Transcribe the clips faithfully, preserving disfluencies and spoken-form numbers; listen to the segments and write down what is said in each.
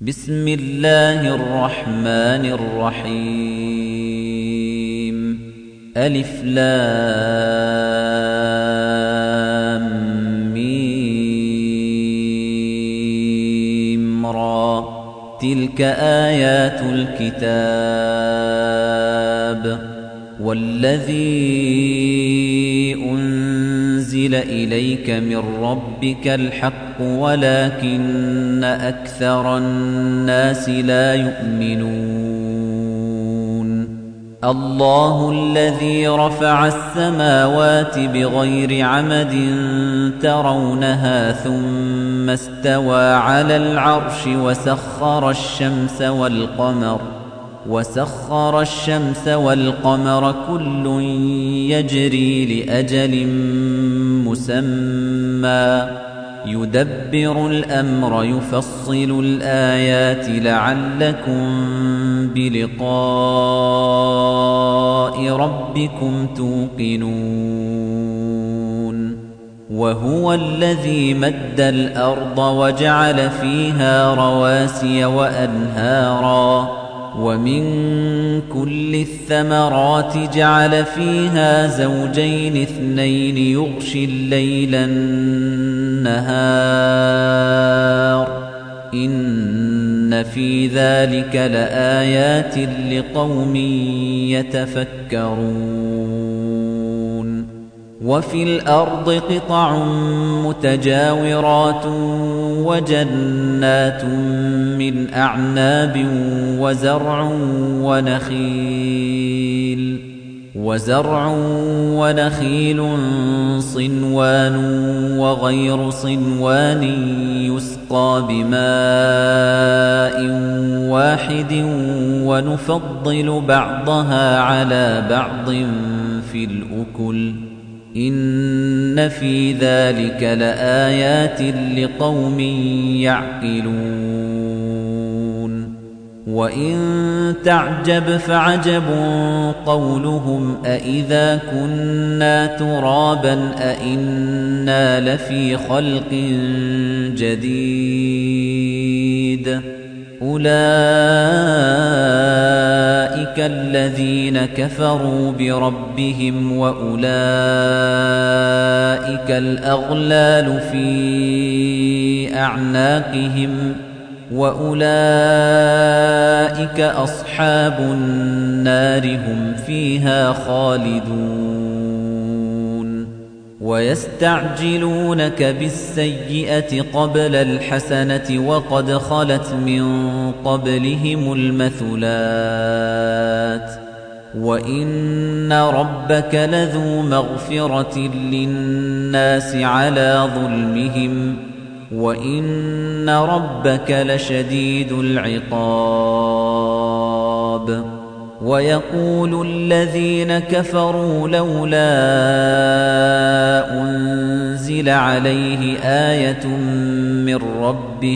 بسم الله الرحمن الرحيم ألف لام ميم را تلك آيات الكتاب والذي أنزل إليك من ربك الحق ولكن أكثر الناس لا يؤمنون الله الذي رفع السماوات بغير عمد ترونها ثم استوى على العرش وسخر الشمس والقمر وسخر الشمس والقمر كل يجري لأجل مسمى يدبر الأمر يفصل الآيات لعلكم بلقاء ربكم توقنون وهو الذي مد الأرض وجعل فيها رواسي وأنهارا ومن كل الثمرات جعل فيها زوجين اثنين يغشي الليل النهار إن في ذلك لآيات لقوم يتفكرون وفي الأرض قطع متجاورات وجنات من أعناب وزرع ونخيل وزرع ونخيل صنوان وغير صنوان يسقى بماء واحد ونفضل بعضها على بعض في الأكل إن في ذلك لآيات لقوم يعقلون وإن تعجب فعجب قولهم أإذا كنا ترابا أإنا لفي خلق جديد أولئك الذين كفروا بربهم وأولئك الأغلال في أعناقهم وأولئك أصحاب النار هم فيها خالدون ويستعجلونك بالسيئة قبل الحسنة وقد خلت من قبلهم المثلات وإن ربك لذو مغفرة للناس على ظلمهم وإن ربك لشديد العقاب ويقول الذين كفروا لولا أنزل عليه آية من ربه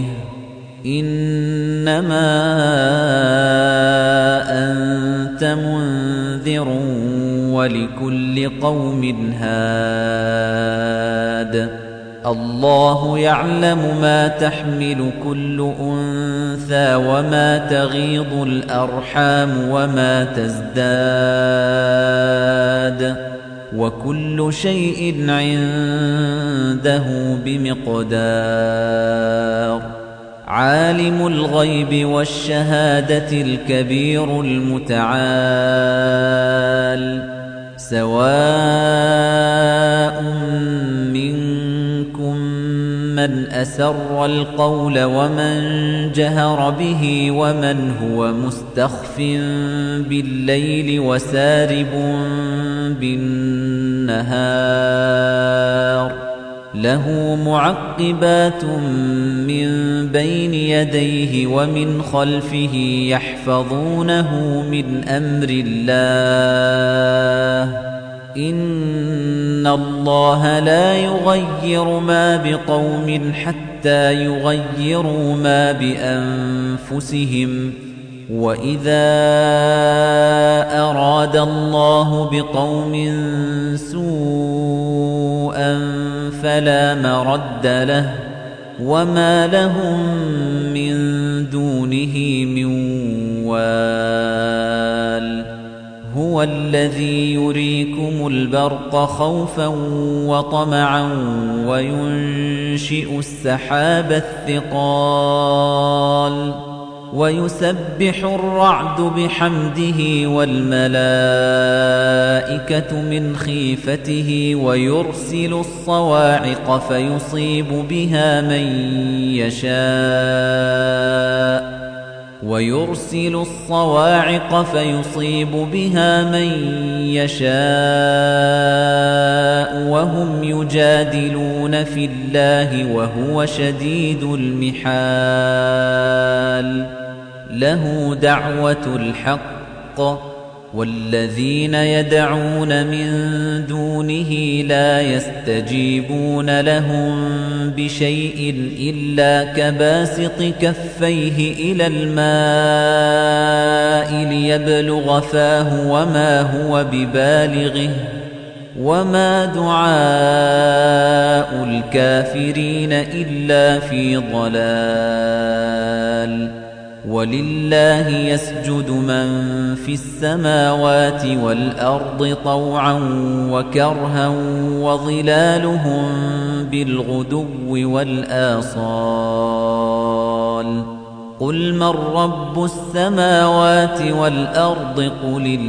إنما أنت منذر ولكل قوم هاد الله يعلم ما تحمل كل أنثى وما تغيض الأرحام وما تزداد وكل شيء عنده بمقدار عالم الغيب والشهادة الكبير المتعال سواء منكم من أسر القول ومن جهر به ومن هو مستخف بالليل وسارب بالنهار له معقبات من بين يديه ومن خلفه يحفظونه من أمر الله إن الله لا يغير ما بقوم حتى يغيروا ما بأنفسهم وَإِذَا أَرَادَ اللَّهُ بِقَوْمٍ سُوءًا فَلَا مَرَدَّ لَهُ وما لهم من دونه من وال هو الذي يريكم البرق خوفا وطمعا وينشئ السحاب الثقال ويسبح الرعد بحمده والملائكة من خيفته ويرسل الصواعق فيصيب بها من يشاء ويرسل الصواعق فيصيب بها من يشاء وهم يجادلون في الله وهو شديد المحال له دعوة الحق والذين يدعون من دونه لا يستجيبون لهم بشيء إلا كباسط كفيه إلى الماء ليبلغ فاه وما هو ببالغه وما دعاء الكافرين إلا في ضلال ولله يسجد من في السماوات والأرض طوعا وكرها وظلالهم بالغدو والآصال قل من رب السماوات والأرض قل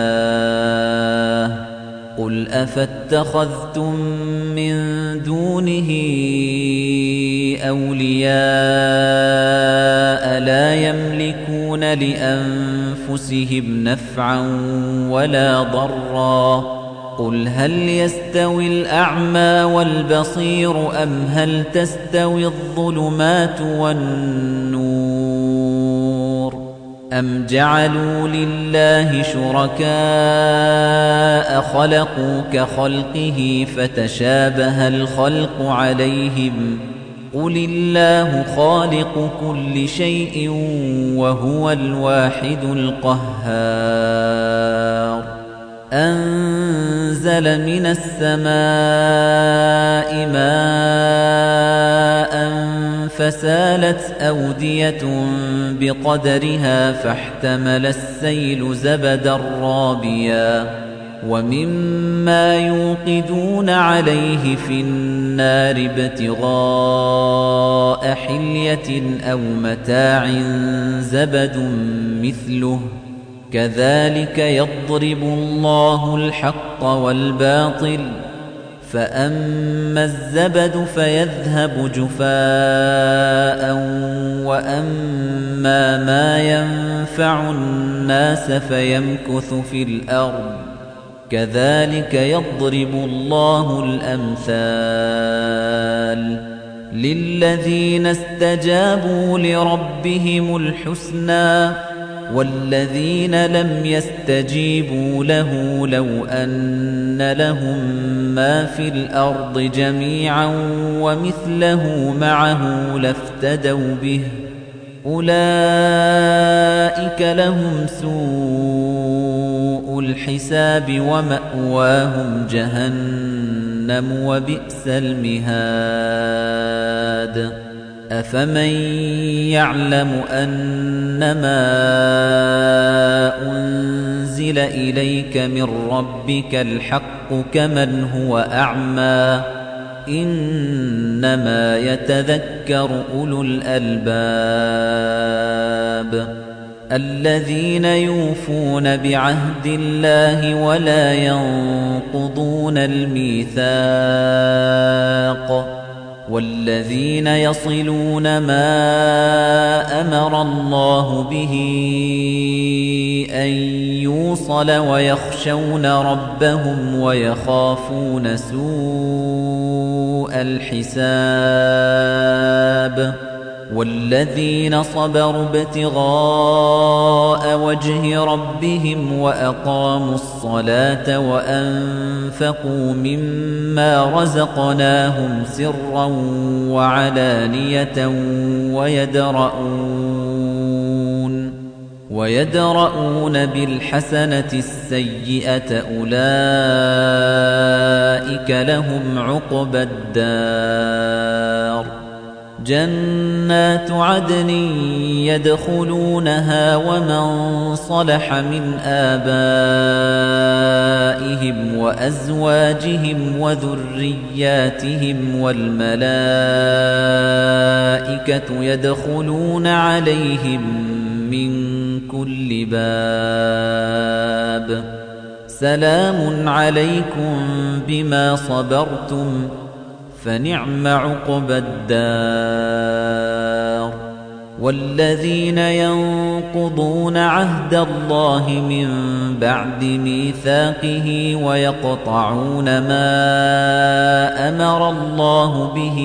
الله قل أفاتخذتم من دونه أولياء لا يملكون لأنفسهم نفعا ولا ضرا قل هل يستوي الأعمى والبصير أم هل تستوي الظلمات والنور أم جعلوا لله شركاء خلقوا كخلقه فتشابه الخلق عليهم قل الله خالق كل شيء وهو الواحد القهار أنزل من السماء ماء فسالت أودية بقدرها فاحتمل السيل زبدا رابيا ومما يوقدون عليه في النار ابتغاء حلية أو متاع زبد مثله كذلك يضرب الله الحق والباطل فأما الزبد فيذهب جفاء وأما ما ينفع الناس فيمكث في الأرض كذلك يضرب الله الأمثال للذين استجابوا لربهم الحسنى والذين لم يستجيبوا له لو أن لهم ما في الأرض جميعا ومثله معه لافتدوا به أولئك لهم سوء الحساب ومأواهم جهنم وبئس المهاد أفمن يعلم أنما أنزل إليك من ربك الحق كمن هو أعمى إنما يتذكر أولو الألباب الذين يوفون بعهد الله ولا ينقضون الميثاق والذين يصلون ما أمر الله به أن يوصل ويخشون ربهم ويخافون سوء الحساب والذين صبروا ابتغاء وجه ربهم وأقاموا الصلاة وأنفقوا مما رزقناهم سرا وعلانية ويدرؤون ويدرؤون بالحسنة السيئة أولئك لهم عقبى الدار جنات عدن يدخلونها ومن صلح من آبائهم وأزواجهم وذرياتهم والملائكة يدخلون عليهم من كل باب سلام عليكم بما صبرتم فنعم عقبى الدار والذين ينقضون عهد الله من بعد ميثاقه ويقطعون ما أمر الله به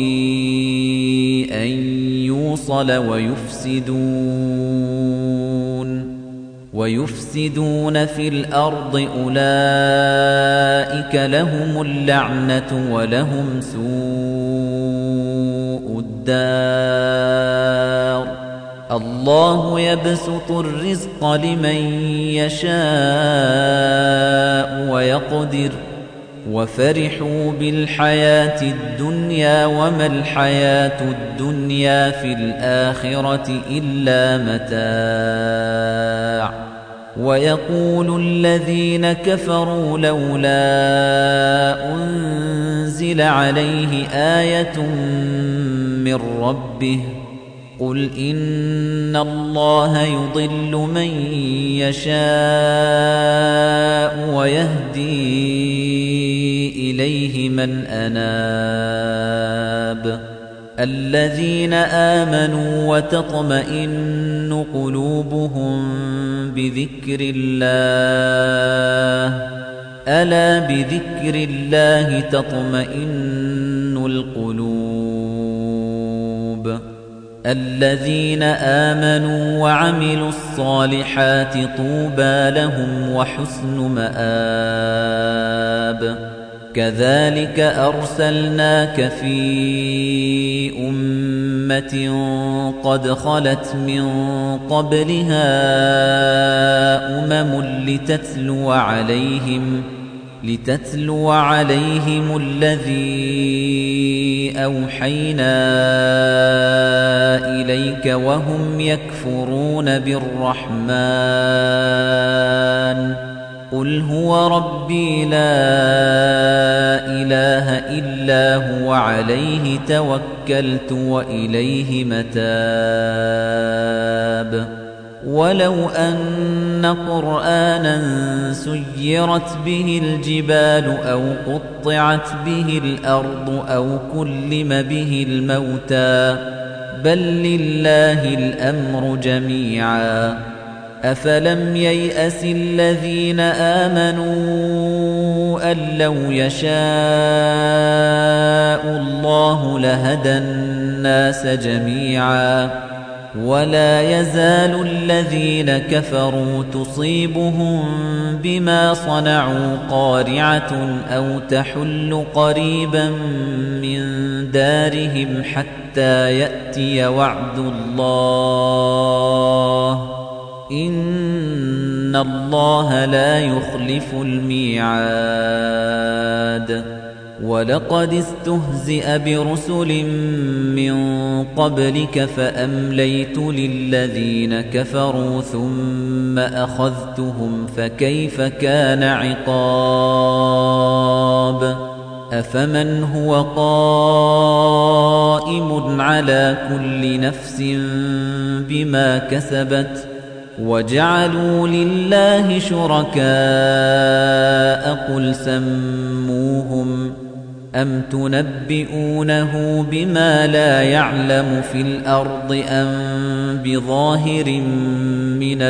أن يوصل ويفسدون ويفسدون في الأرض أولئك لهم اللعنة ولهم سوء الدار الله يبسط الرزق لمن يشاء ويقدر وفرحوا بالحياة الدنيا وما الحياة الدنيا في الآخرة إلا متاع ويقول الذين كفروا لولا أنزل عليه آية من ربه قل إن الله يضل من يشاء ويهدي إليه من أناب الذين آمنوا وتطمئن قلوبهم بذكر الله ألا بذكر الله تطمئن القلوب الذين آمنوا وعملوا الصالحات طوبى لهم وحسن مآب كذلك أرسلناك في أمة قد خلت من قبلها أمم لتتلو عليهم لتتلو عليهم الذي أوحينا إليك وهم يكفرون بالرحمن قل هو ربي لا إله إلا هو عليه توكلت وإليه متاب ولو أن قرآنا سيرت به الجبال أو قطعت به الأرض أو كلم به الموتى بل لله الأمر جميعا أفلم ييأس الذين آمنوا أن لو يشاء الله لهدى الناس جميعا ولا يزال الذين كفروا تصيبهم بما صنعوا قارعة أو تحل قريبا من دارهم حتى يأتي وعد الله إن الله لا يخلف الميعاد ولقد استهزئ برسل من قبلك فأمليت للذين كفروا ثم أخذتهم فكيف كان عقاب أفمن هو قائم على كل نفس بما كسبت وجعلوا لله شركاء قل سموهم أم تنبئونه بما لا يعلم في الأرض أم بظاهر من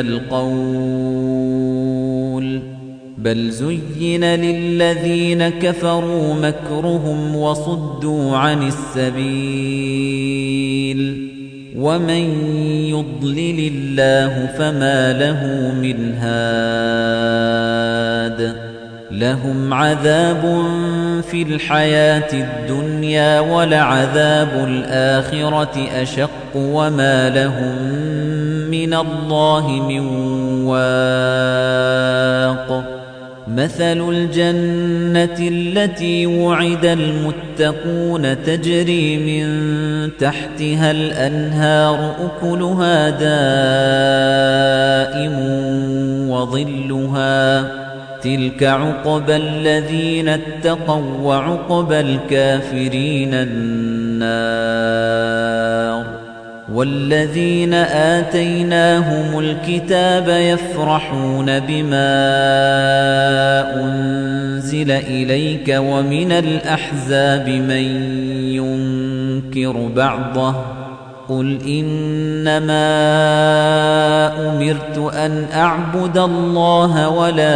القول بل زين للذين كفروا مكرهم وصدوا عن السبيل ومن يضلل الله فما له من هاد لهم عذاب في الحياة الدنيا ولعذاب الآخرة أشق وما لهم من الله من واق مثل الجنة التي وعد المتقون تجري من تحتها الأنهار أكلها دائم وظلها تلك عقبى الذين اتقوا وعقبى الكافرين النار والذين آتيناهم الكتاب يفرحون بما أنزل إليك ومن الأحزاب من ينكر بعضه قل إنما أمرت أن أعبد الله ولا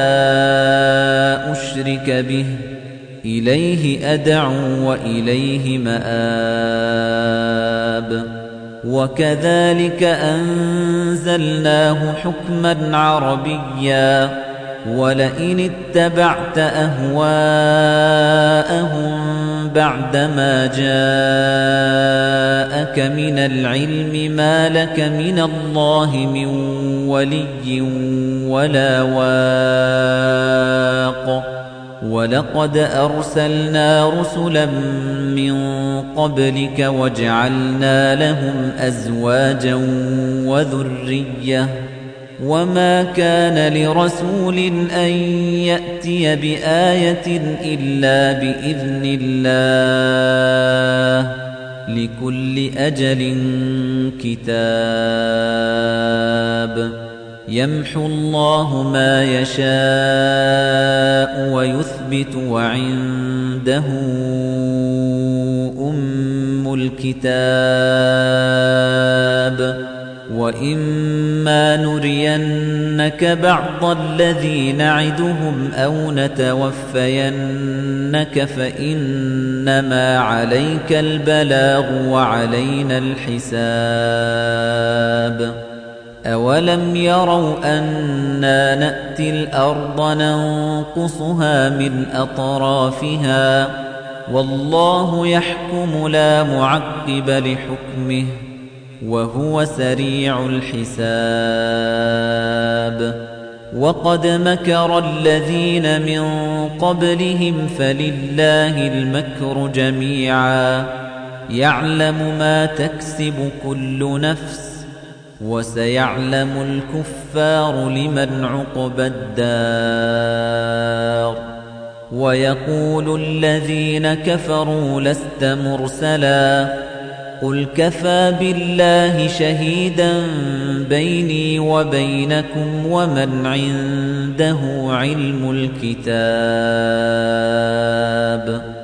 أشرك به إليه أدعو وإليه مآب وكذلك أنزلناه حكما عربيا ولئن اتبعت أهواءهم بعدما جاءك من العلم ما لك من الله من ولي ولا واق ولقد أرسلنا رسلا من قبلك وجعلنا لهم أزواجا وذرية وما كان لرسول أن يأتي بآية إلا بإذن الله لكل أجل كتاب يمحو الله ما يشاء ويثبت وعنده أم الكتاب وإما نرينك بعض الذي نعدهم أو نتوفينك فإنما عليك البلاغ وعلينا الحساب أولم يروا أنا نأتي الأرض ننقصها من أطرافها والله يحكم لا معقب لحكمه وهو سريع الحساب وقد مكر الذين من قبلهم فلله المكر جميعا يعلم ما تكسب كل نفس وسيعلم الكفار لمن عقبى الدار ويقول الذين كفروا لست مرسلا قل كفى بالله شهيدا بيني وبينكم ومن عنده علم الكتاب